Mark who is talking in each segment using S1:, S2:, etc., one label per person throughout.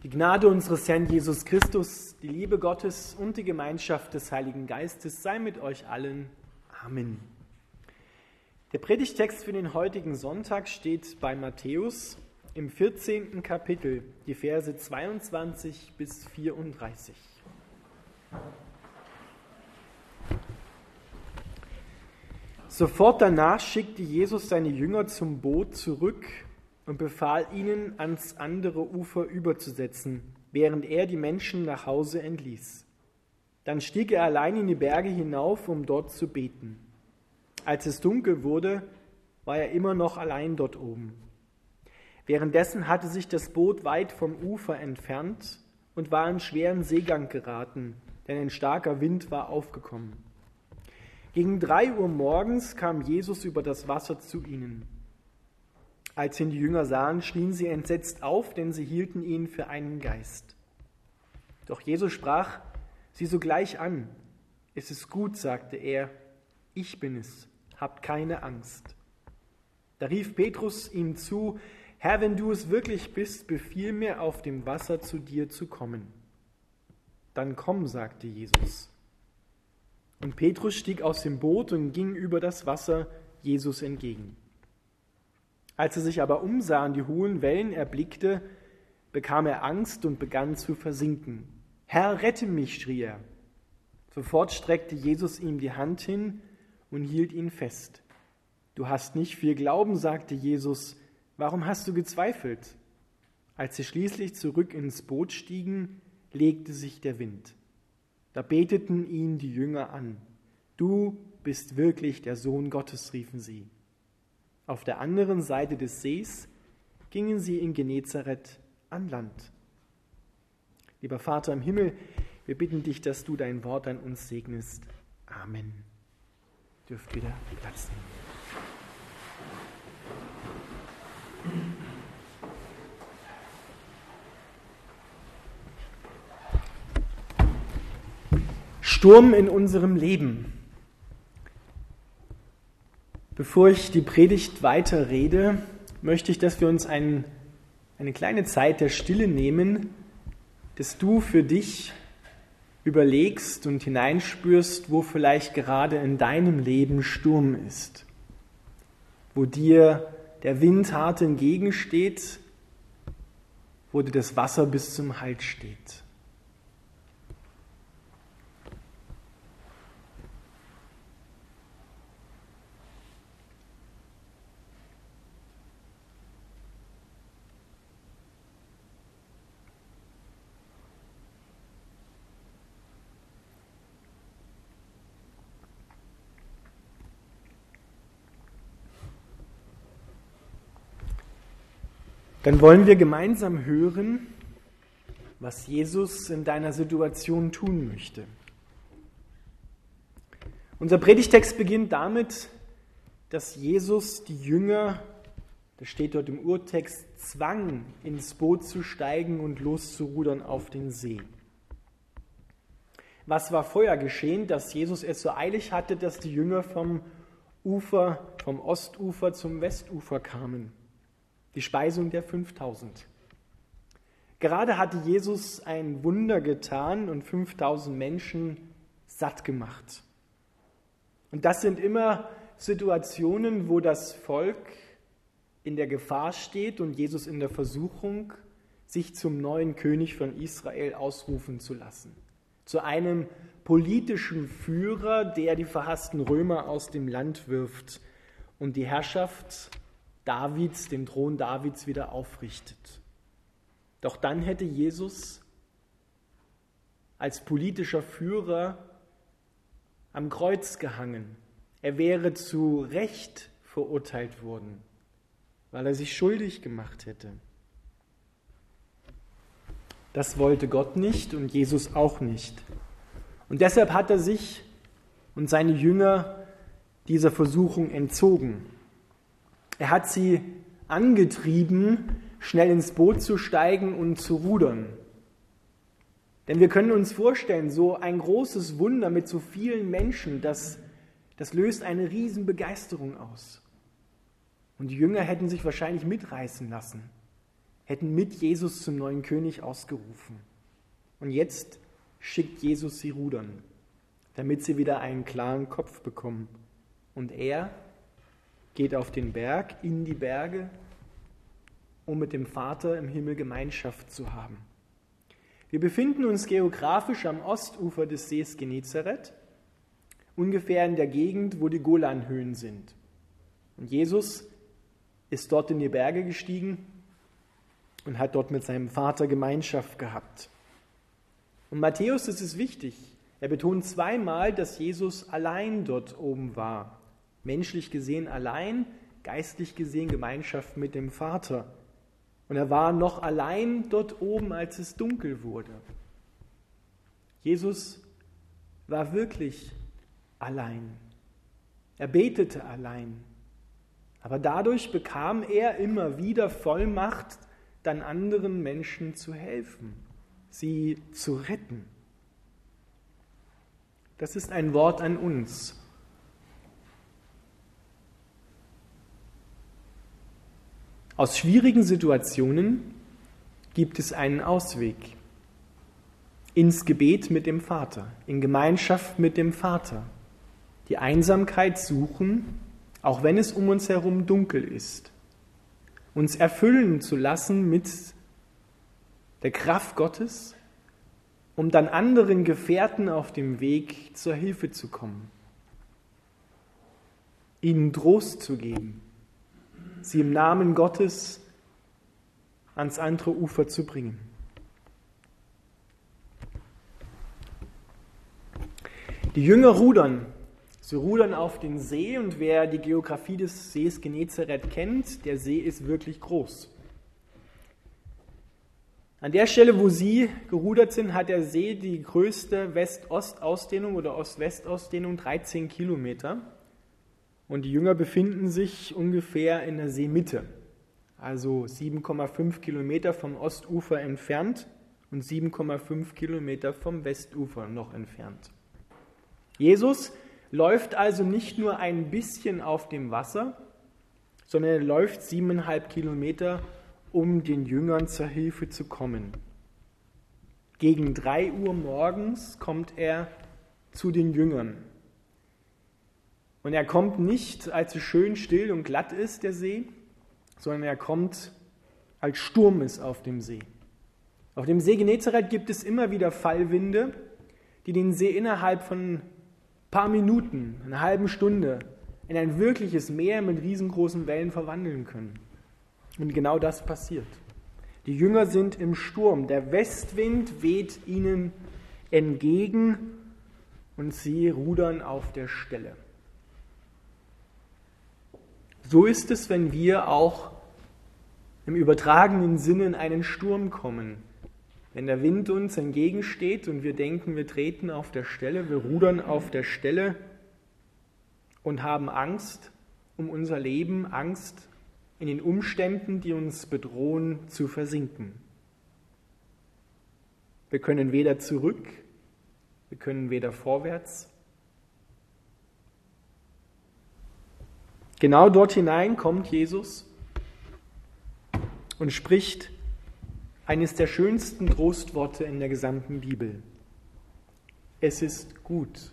S1: Die Gnade unseres Herrn Jesus Christus, die Liebe Gottes und die Gemeinschaft des Heiligen Geistes sei mit euch allen. Amen. Der Predigtext für den heutigen Sonntag steht bei Matthäus im 14. Kapitel, die Verse 22 bis 34. Sofort danach schickte Jesus seine Jünger zum Boot zurück und befahl ihnen, ans andere Ufer überzusetzen, während er die Menschen nach Hause entließ. Dann stieg er allein in die Berge hinauf, um dort zu beten. Als es dunkel wurde, war er immer noch allein dort oben. Währenddessen hatte sich das Boot weit vom Ufer entfernt und war in schweren Seegang geraten, denn ein starker Wind war aufgekommen. Gegen 3 Uhr morgens kam Jesus über das Wasser zu ihnen. Als ihn die Jünger sahen, schrien sie entsetzt auf, denn sie hielten ihn für einen Geist. Doch Jesus sprach sie sogleich an. Es ist gut, sagte er, ich bin es, habt keine Angst. Da rief Petrus ihm zu, Herr, wenn du es wirklich bist, befiehl mir, auf dem Wasser zu dir zu kommen. Dann komm, sagte Jesus. Und Petrus stieg aus dem Boot und ging über das Wasser Jesus entgegen. Als er sich aber umsah und die hohen Wellen erblickte, bekam er Angst und begann zu versinken. Herr, rette mich, schrie er. Sofort streckte Jesus ihm die Hand hin und hielt ihn fest. Du hast nicht viel Glauben, sagte Jesus. Warum hast du gezweifelt? Als sie schließlich zurück ins Boot stiegen, legte sich der Wind. Da beteten ihn die Jünger an. Du bist wirklich der Sohn Gottes, riefen sie. Auf der anderen Seite des Sees gingen sie in Genezareth an Land. Lieber Vater im Himmel, wir bitten dich, dass du dein Wort an uns segnest. Amen. Dürft wieder Platz nehmen. Sturm in unserem Leben. Bevor ich die Predigt weiter rede, möchte ich, dass wir uns eine kleine Zeit der Stille nehmen, dass du für dich überlegst und hineinspürst, wo vielleicht gerade in deinem Leben Sturm ist, wo dir der Wind hart entgegensteht, wo dir das Wasser bis zum Hals steht. Dann wollen wir gemeinsam hören, was Jesus in deiner Situation tun möchte. Unser Predigtext beginnt damit, dass Jesus die Jünger, das steht dort im Urtext, zwang, ins Boot zu steigen und loszurudern auf den See. Was war vorher geschehen, dass Jesus es so eilig hatte, dass die Jünger vom Ostufer zum Westufer kamen? Die Speisung der 5000. Gerade hatte Jesus ein Wunder getan und 5000 Menschen satt gemacht. Und das sind immer Situationen, wo das Volk in der Gefahr steht und Jesus in der Versuchung, sich zum neuen König von Israel ausrufen zu lassen. Zu einem politischen Führer, der die verhassten Römer aus dem Land wirft und die Herrschaft Davids, den Thron Davids wieder aufrichtet. Doch dann hätte Jesus als politischer Führer am Kreuz gehangen. Er wäre zu Recht verurteilt worden, weil er sich schuldig gemacht hätte. Das wollte Gott nicht und Jesus auch nicht. Und deshalb hat er sich und seine Jünger dieser Versuchung entzogen. Er hat sie angetrieben, schnell ins Boot zu steigen und zu rudern. Denn wir können uns vorstellen, so ein großes Wunder mit so vielen Menschen, das löst eine Riesenbegeisterung aus. Und die Jünger hätten sich wahrscheinlich mitreißen lassen. hätten mit Jesus zum neuen König ausgerufen. Und jetzt schickt Jesus sie rudern, damit sie wieder einen klaren Kopf bekommen. Und er geht auf den Berg, in die Berge, um mit dem Vater im Himmel Gemeinschaft zu haben. Wir befinden uns geografisch am Ostufer des Sees Genezareth, ungefähr in der Gegend, wo die Golanhöhen sind. Und Jesus ist dort in die Berge gestiegen und hat dort mit seinem Vater Gemeinschaft gehabt. Und Matthäus, das ist wichtig, er betont zweimal, dass Jesus allein dort oben war. Menschlich gesehen allein, geistlich gesehen Gemeinschaft mit dem Vater. Und er war noch allein dort oben, als es dunkel wurde. Jesus war wirklich allein. Er betete allein. Aber dadurch bekam er immer wieder Vollmacht, dann anderen Menschen zu helfen, sie zu retten. Das ist ein Wort an uns. Aus schwierigen Situationen gibt es einen Ausweg. Ins Gebet mit dem Vater, in Gemeinschaft mit dem Vater. Die Einsamkeit suchen, auch wenn es um uns herum dunkel ist. Uns erfüllen zu lassen mit der Kraft Gottes, um dann anderen Gefährten auf dem Weg zur Hilfe zu kommen. Ihnen Trost zu geben, sie im Namen Gottes ans andere Ufer zu bringen. Die Jünger rudern. Sie rudern auf den See und wer die Geografie des Sees Genezareth kennt, der See ist wirklich groß. An der Stelle, wo sie gerudert sind, hat der See die größte West-Ost-Ausdehnung oder Ost-West-Ausdehnung, 13 Kilometer. Und die Jünger befinden sich ungefähr in der Seemitte, also 7,5 Kilometer vom Ostufer entfernt und 7,5 Kilometer vom Westufer noch entfernt. Jesus läuft also nicht nur ein bisschen auf dem Wasser, sondern er läuft 7,5 Kilometer, um den Jüngern zur Hilfe zu kommen. Gegen 3 Uhr morgens kommt er zu den Jüngern. Und er kommt nicht, als es schön still und glatt ist, der See, sondern er kommt, als Sturm ist auf dem See. Auf dem See Genezareth gibt es immer wieder Fallwinde, die den See innerhalb von ein paar Minuten, einer halben Stunde, in ein wirkliches Meer mit riesengroßen Wellen verwandeln können. Und genau das passiert. Die Jünger sind im Sturm. Der Westwind weht ihnen entgegen und sie rudern auf der Stelle. So ist es, wenn wir auch im übertragenen Sinne in einen Sturm kommen. Wenn der Wind uns entgegensteht und wir denken, wir treten auf der Stelle, wir rudern auf der Stelle und haben Angst um unser Leben, Angst in den Umständen, die uns bedrohen, zu versinken. Wir können weder zurück, wir können weder vorwärts. Genau dort hinein kommt Jesus und spricht eines der schönsten Trostworte in der gesamten Bibel. Es ist gut.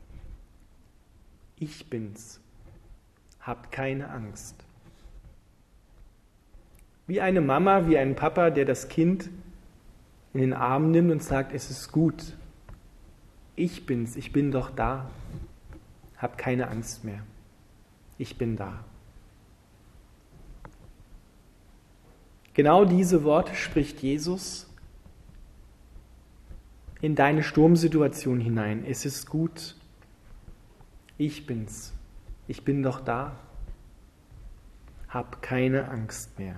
S1: Ich bin's. Habt keine Angst. Wie eine Mama, wie ein Papa, der das Kind in den Arm nimmt und sagt, es ist gut. Ich bin's, ich bin doch da. Hab keine Angst mehr. Ich bin da. Genau diese Worte spricht Jesus in deine Sturmsituation hinein. Es ist gut. Ich bin's. Ich bin doch da. Hab keine Angst mehr.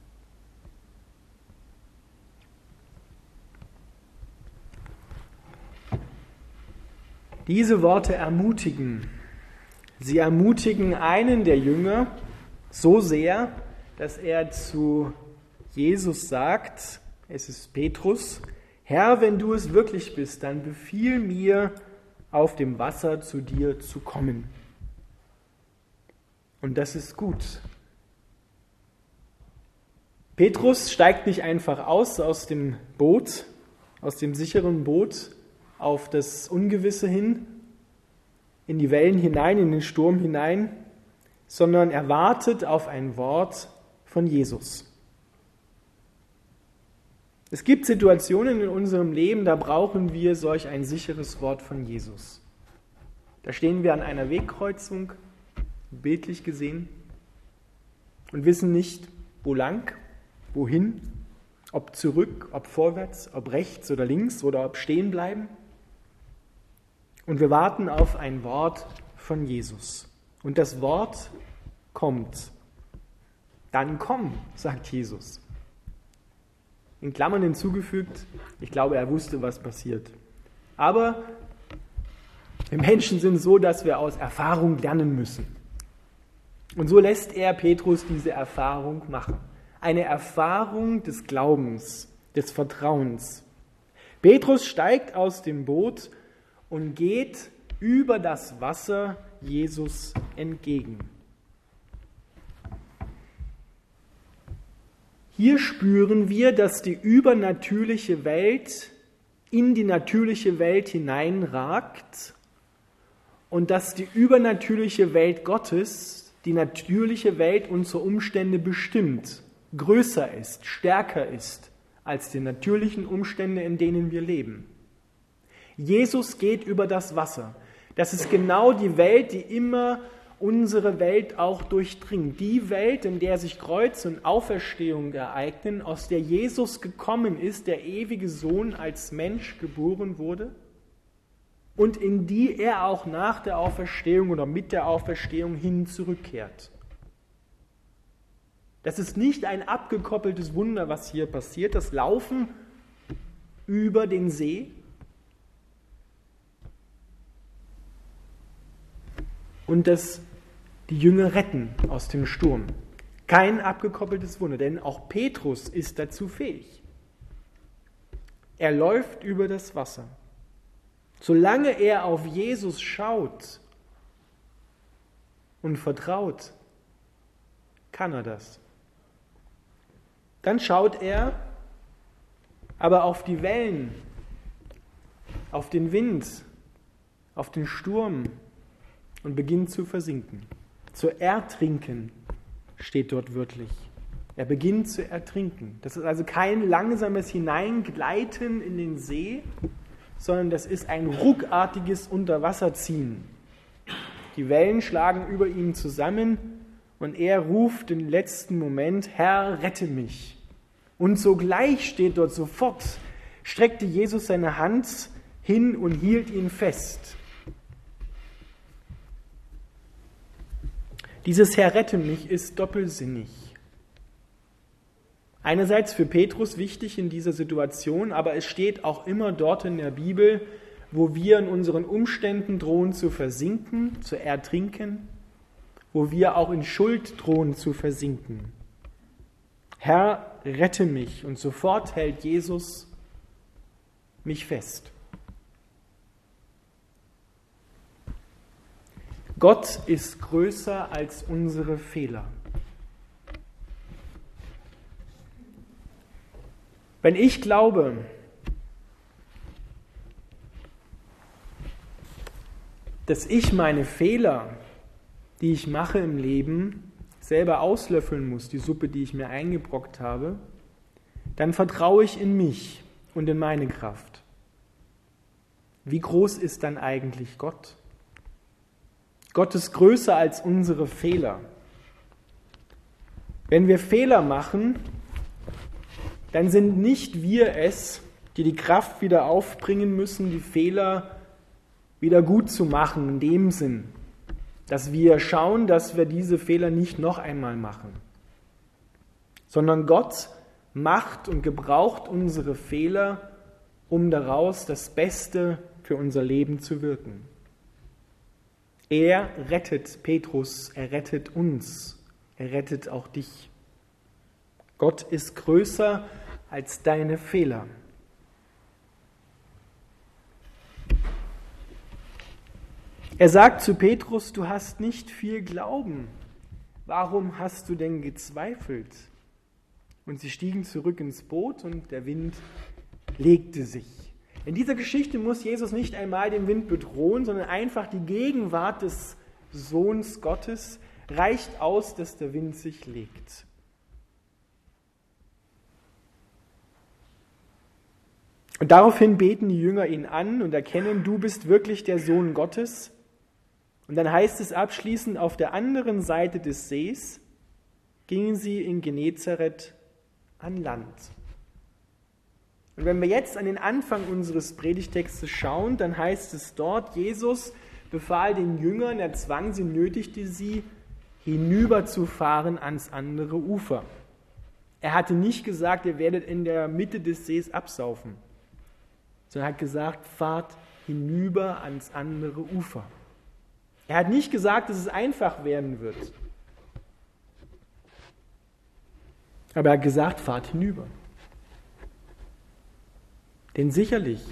S1: Diese Worte ermutigen. Sie ermutigen einen der Jünger so sehr, dass er zu Jesus sagt, es ist Petrus, Herr, wenn du es wirklich bist, dann befiehl mir, auf dem Wasser zu dir zu kommen. Und das ist gut. Petrus steigt nicht einfach aus dem Boot, aus dem sicheren Boot auf das Ungewisse hin, in die Wellen hinein, in den Sturm hinein, sondern er wartet auf ein Wort von Jesus. Es gibt Situationen in unserem Leben, da brauchen wir solch ein sicheres Wort von Jesus. Da stehen wir an einer Wegkreuzung, bildlich gesehen, und wissen nicht, wo lang, wohin, ob zurück, ob vorwärts, ob rechts oder links oder ob stehen bleiben. Und wir warten auf ein Wort von Jesus. Und das Wort kommt. Dann komm, sagt Jesus. In Klammern hinzugefügt, ich glaube, er wusste, was passiert. Aber wir Menschen sind so, dass wir aus Erfahrung lernen müssen. Und so lässt er Petrus diese Erfahrung machen. Eine Erfahrung des Glaubens, des Vertrauens. Petrus steigt aus dem Boot und geht über das Wasser Jesus entgegen. Hier spüren wir, dass die übernatürliche Welt in die natürliche Welt hineinragt und dass die übernatürliche Welt Gottes die natürliche Welt unserer Umstände bestimmt, größer ist, stärker ist als die natürlichen Umstände, in denen wir leben. Jesus geht über das Wasser. Das ist genau die Welt, die immer unsere Welt auch durchdringt. Die Welt, in der sich Kreuz und Auferstehung ereignen, aus der Jesus gekommen ist, der ewige Sohn als Mensch geboren wurde und in die er auch nach der Auferstehung oder mit der Auferstehung hin zurückkehrt. Das ist nicht ein abgekoppeltes Wunder, was hier passiert, das Laufen über den See. Und das die Jünger retten aus dem Sturm. Kein abgekoppeltes Wunder, denn auch Petrus ist dazu fähig. Er läuft über das Wasser. Solange er auf Jesus schaut und vertraut, kann er das. Dann schaut er aber auf die Wellen, auf den Wind, auf den Sturm und beginnt zu versinken. Zu ertrinken steht dort wörtlich. Er beginnt zu ertrinken. Das ist also kein langsames Hineingleiten in den See, sondern das ist ein ruckartiges Unterwasserziehen. Die Wellen schlagen über ihn zusammen und er ruft im letzten Moment, Herr, rette mich. Und sogleich steht dort sofort, streckte Jesus seine Hand hin und hielt ihn fest. Dieses Herr, rette mich ist doppelsinnig. Einerseits für Petrus wichtig in dieser Situation, aber es steht auch immer dort in der Bibel, wo wir in unseren Umständen drohen zu versinken, zu ertrinken, wo wir auch in Schuld drohen zu versinken. Herr, rette mich. Und sofort hält Jesus mich fest. Gott ist größer als unsere Fehler. Wenn ich glaube, dass ich meine Fehler, die ich mache im Leben, selber auslöffeln muss, die Suppe, die ich mir eingebrockt habe, dann vertraue ich in mich und in meine Kraft. Wie groß ist dann eigentlich Gott? Gott ist größer als unsere Fehler. Wenn wir Fehler machen, dann sind nicht wir es, die die Kraft wieder aufbringen müssen, die Fehler wieder gut zu machen, in dem Sinn, dass wir schauen, dass wir diese Fehler nicht noch einmal machen, sondern Gott macht und gebraucht unsere Fehler, um daraus das Beste für unser Leben zu wirken. Er rettet Petrus, er rettet uns, er rettet auch dich. Gott ist größer als deine Fehler. Er sagt zu Petrus, du hast nicht viel Glauben. Warum hast du denn gezweifelt? Und sie stiegen zurück ins Boot und der Wind legte sich. In dieser Geschichte muss Jesus nicht einmal den Wind bedrohen, sondern einfach die Gegenwart des Sohns Gottes reicht aus, dass der Wind sich legt. Und daraufhin beten die Jünger ihn an und erkennen, du bist wirklich der Sohn Gottes. Und dann heißt es abschließend, auf der anderen Seite des Sees gingen sie in Genezareth an Land. Und wenn wir jetzt an den Anfang unseres Predigtextes schauen, dann heißt es dort, Jesus befahl den Jüngern, er zwang sie, nötigte sie, hinüberzufahren ans andere Ufer. Er hatte nicht gesagt, ihr werdet in der Mitte des Sees absaufen, sondern er hat gesagt, fahrt hinüber ans andere Ufer. Er hat nicht gesagt, dass es einfach werden wird. Aber er hat gesagt, fahrt hinüber. Denn sicherlich,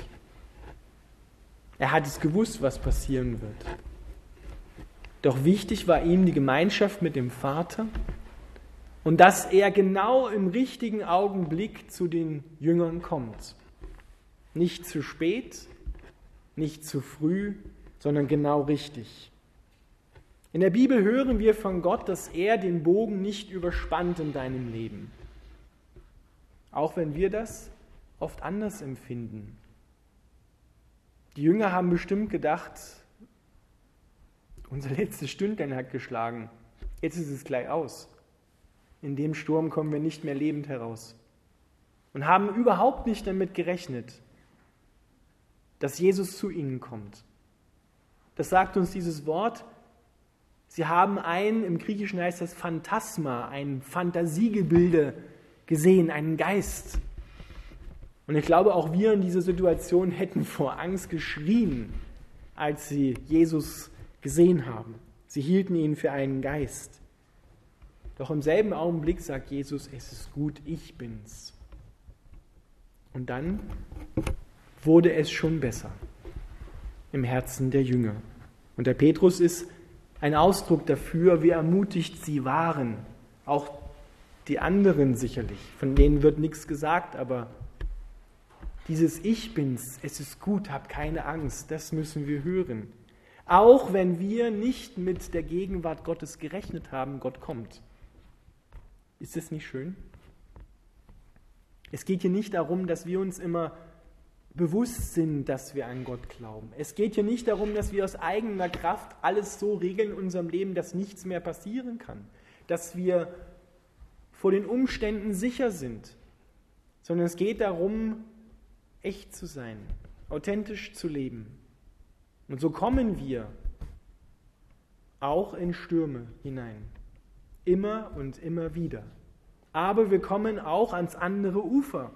S1: er hat es gewusst, was passieren wird. Doch wichtig war ihm die Gemeinschaft mit dem Vater und dass er genau im richtigen Augenblick zu den Jüngern kommt. Nicht zu spät, nicht zu früh, sondern genau richtig. In der Bibel hören wir von Gott, dass er den Bogen nicht überspannt in deinem Leben. Auch wenn wir das oft anders empfinden. Die Jünger haben bestimmt gedacht, unser letztes Stündlein hat geschlagen, jetzt ist es gleich aus. In dem Sturm kommen wir nicht mehr lebend heraus. Und haben überhaupt nicht damit gerechnet, dass Jesus zu ihnen kommt. Das sagt uns dieses Wort. Sie haben im Griechischen heißt das Phantasma, ein Fantasiegebilde gesehen, einen Geist. Und ich glaube, auch wir in dieser Situation hätten vor Angst geschrien, als sie Jesus gesehen haben. Sie hielten ihn für einen Geist. Doch im selben Augenblick sagt Jesus, es ist gut, ich bin's. Und dann wurde es schon besser im Herzen der Jünger. Und der Petrus ist ein Ausdruck dafür, wie ermutigt sie waren. Auch die anderen sicherlich. Von denen wird nichts gesagt, aber dieses Ich bin's, es ist gut, hab keine Angst, das müssen wir hören. Auch wenn wir nicht mit der Gegenwart Gottes gerechnet haben, Gott kommt. Ist das nicht schön? Es geht hier nicht darum, dass wir uns immer bewusst sind, dass wir an Gott glauben. Es geht hier nicht darum, dass wir aus eigener Kraft alles so regeln in unserem Leben, dass nichts mehr passieren kann. Dass wir vor den Umständen sicher sind. Sondern es geht darum, echt zu sein, authentisch zu leben. Und so kommen wir auch in Stürme hinein. Immer und immer wieder. Aber wir kommen auch ans andere Ufer.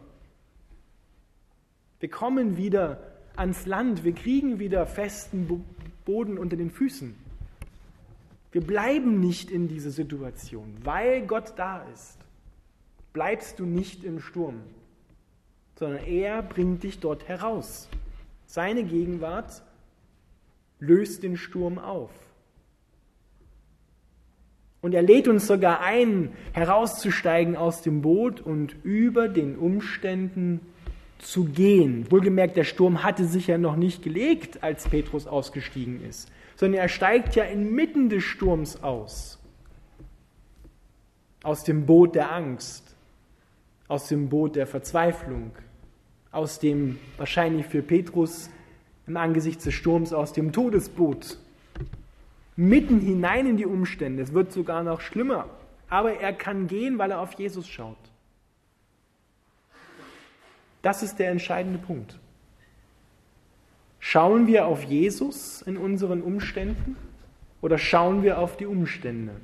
S1: Wir kommen wieder ans Land. Wir kriegen wieder festen Boden unter den Füßen. Wir bleiben nicht in dieser Situation. Weil Gott da ist, bleibst du nicht im Sturm, sondern er bringt dich dort heraus. Seine Gegenwart löst den Sturm auf. Und er lädt uns sogar ein, herauszusteigen aus dem Boot und über den Umständen zu gehen. Wohlgemerkt, der Sturm hatte sich ja noch nicht gelegt, als Petrus ausgestiegen ist, sondern er steigt ja inmitten des Sturms aus dem Boot der Angst, aus dem Boot der Verzweiflung, aus dem wahrscheinlich für Petrus im Angesicht des Sturms aus dem Todesboot, mitten hinein in die Umstände. Es wird sogar noch schlimmer, aber er kann gehen, weil er auf Jesus schaut. Das ist der entscheidende Punkt. Schauen wir auf Jesus in unseren Umständen oder schauen wir auf die Umstände?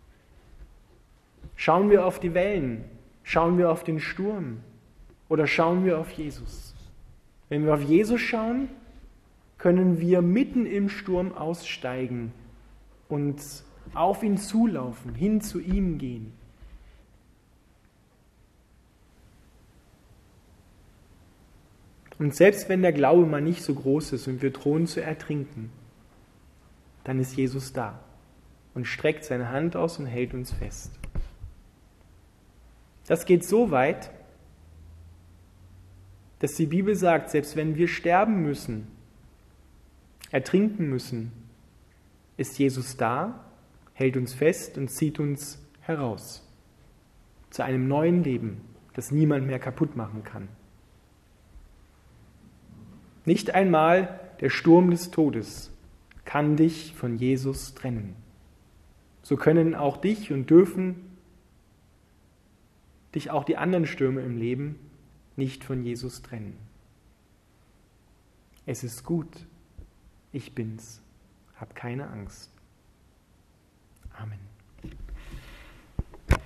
S1: Schauen wir auf die Wellen? Schauen wir auf den Sturm? Oder schauen wir auf Jesus? Wenn wir auf Jesus schauen, können wir mitten im Sturm aussteigen und auf ihn zulaufen, hin zu ihm gehen. Und selbst wenn der Glaube mal nicht so groß ist und wir drohen zu ertrinken, dann ist Jesus da und streckt seine Hand aus und hält uns fest. Das geht so weit, dass die Bibel sagt, selbst wenn wir sterben müssen, ertrinken müssen, ist Jesus da, hält uns fest und zieht uns heraus zu einem neuen Leben, das niemand mehr kaputt machen kann. Nicht einmal der Sturm des Todes kann dich von Jesus trennen. So können auch dich und dürfen dich auch die anderen Stürme im Leben nicht von Jesus trennen. Es ist gut, ich bin's, hab keine Angst. Amen.